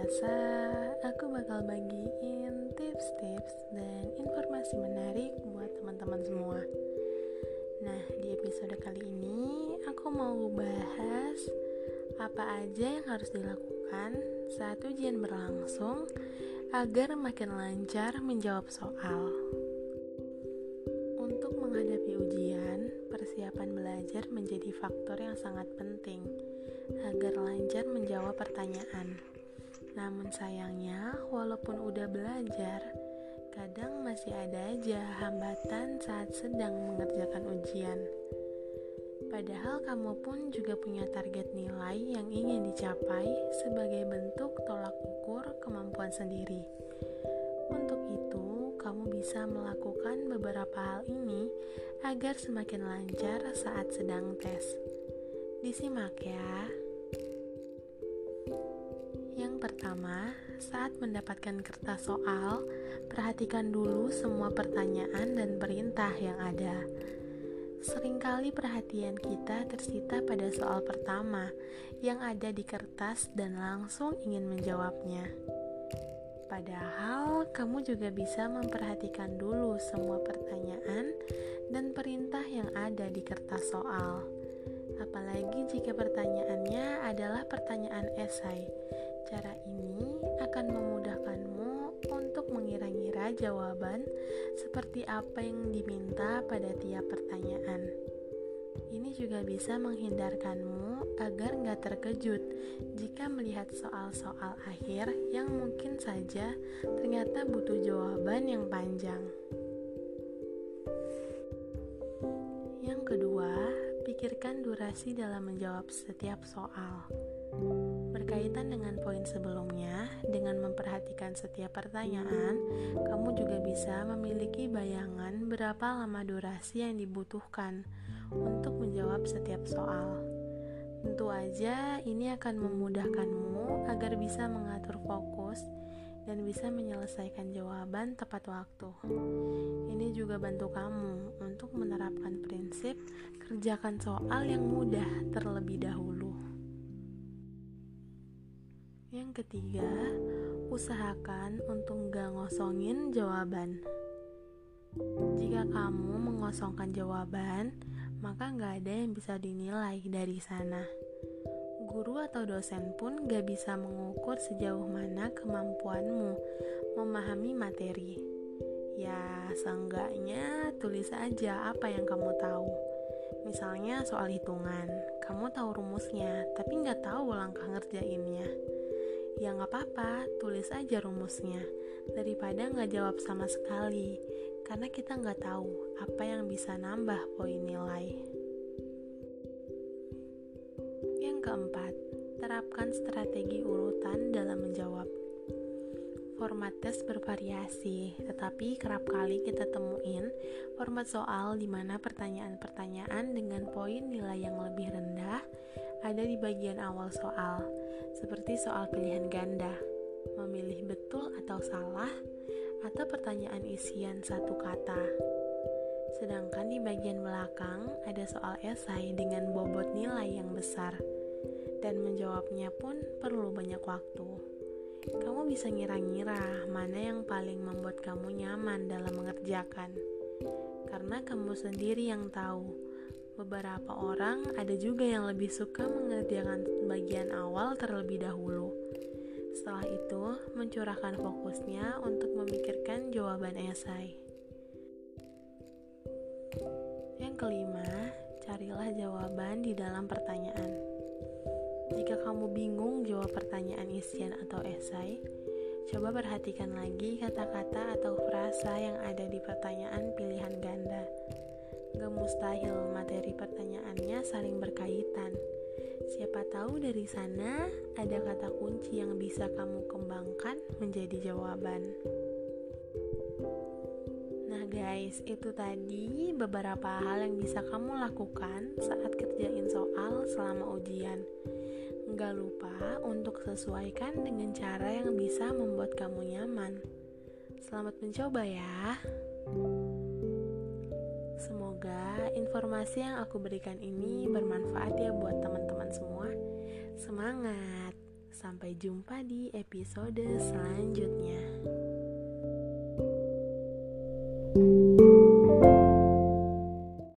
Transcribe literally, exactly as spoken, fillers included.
biasa, aku bakal bagiin tips-tips dan informasi menarik buat teman-teman semua. Nah, di episode kali ini aku mau bahas apa aja yang harus dilakukan saat ujian berlangsung agar makin lancar menjawab soal. Untuk menghadapi ujian, persiapan belajar menjadi faktor yang sangat penting agar lancar menjawab pertanyaan. Namun sayangnya, walaupun udah belajar, kadang masih ada aja hambatan saat sedang mengerjakan ujian. Padahal kamu pun juga punya target nilai yang ingin dicapai sebagai bentuk tolak ukur kemampuan sendiri. Untuk itu, kamu bisa melakukan beberapa hal ini agar semakin lancar saat sedang tes. Disimak ya. Yang pertama, saat mendapatkan kertas soal, perhatikan dulu semua pertanyaan dan perintah yang ada. Seringkali perhatian kita tersita pada soal pertama yang ada di kertas dan langsung ingin menjawabnya. Padahal, kamu juga bisa memperhatikan dulu semua pertanyaan dan perintah yang ada di kertas soal. Apalagi jika pertanyaannya adalah pertanyaan esai. Cara ini akan memudahkanmu untuk mengira-ngira jawaban seperti apa yang diminta pada tiap pertanyaan. Ini juga bisa menghindarkanmu agar nggak terkejut jika melihat soal-soal akhir yang mungkin saja ternyata butuh jawaban yang panjang. Yang kedua, pikirkan durasi dalam menjawab setiap soal. Berkaitan dengan poin sebelumnya, dengan memperhatikan setiap pertanyaan, kamu juga bisa memiliki bayangan berapa lama durasi yang dibutuhkan untuk menjawab setiap soal. Tentu aja ini akan memudahkanmu agar bisa mengatur fokus dan bisa menyelesaikan jawaban tepat waktu. Ini juga bantu kamu untuk menerapkan prinsip kerjakan soal yang mudah terlebih dahulu. Yang ketiga, usahakan untuk gak ngosongin jawaban. Jika kamu mengosongkan jawaban, maka gak ada yang bisa dinilai dari sana. Guru atau dosen pun gak bisa mengukur sejauh mana kemampuanmu memahami materi. Ya, seenggaknya tulis aja apa yang kamu tahu. Misalnya soal hitungan, kamu tahu rumusnya, tapi gak tahu langkah ngerjainnya. Ya gak apa-apa, tulis aja rumusnya, daripada gak jawab sama sekali, karena kita gak tahu apa yang bisa nambah poin nilai. Yang keempat, terapkan strategi urutan dalam menjawab. Format tes bervariasi, tetapi kerap kali kita temuin format soal di mana pertanyaan-pertanyaan dengan poin nilai yang lebih rendah ada di bagian awal soal, seperti soal pilihan ganda, memilih betul atau salah, atau pertanyaan isian satu kata. Sedangkan di bagian belakang ada soal esai dengan bobot nilai yang besar, dan menjawabnya pun perlu banyak waktu. Kamu bisa ngira-ngira mana yang paling membuat kamu nyaman dalam mengerjakan, karena kamu sendiri yang tahu. Beberapa orang ada juga yang lebih suka mengerjakan bagian awal terlebih dahulu. Setelah itu, mencurahkan fokusnya untuk memikirkan jawaban esai. Yang kelima, carilah jawaban di dalam pertanyaan. Jika kamu bingung jawab pertanyaan isian atau esai, coba perhatikan lagi kata-kata atau frasa yang ada di pertanyaan pilihan ganda. Gak mustahil materi pertanyaannya saling berkaitan. Siapa tahu dari sana ada kata kunci yang bisa kamu kembangkan menjadi jawaban. Nah guys, itu tadi beberapa hal yang bisa kamu lakukan saat kerjain soal selama ujian. Gak lupa untuk sesuaikan dengan cara yang bisa membuat kamu nyaman. Selamat mencoba ya. Semoga informasi yang aku berikan ini bermanfaat ya buat teman-teman semua. Semangat! Sampai jumpa di episode selanjutnya.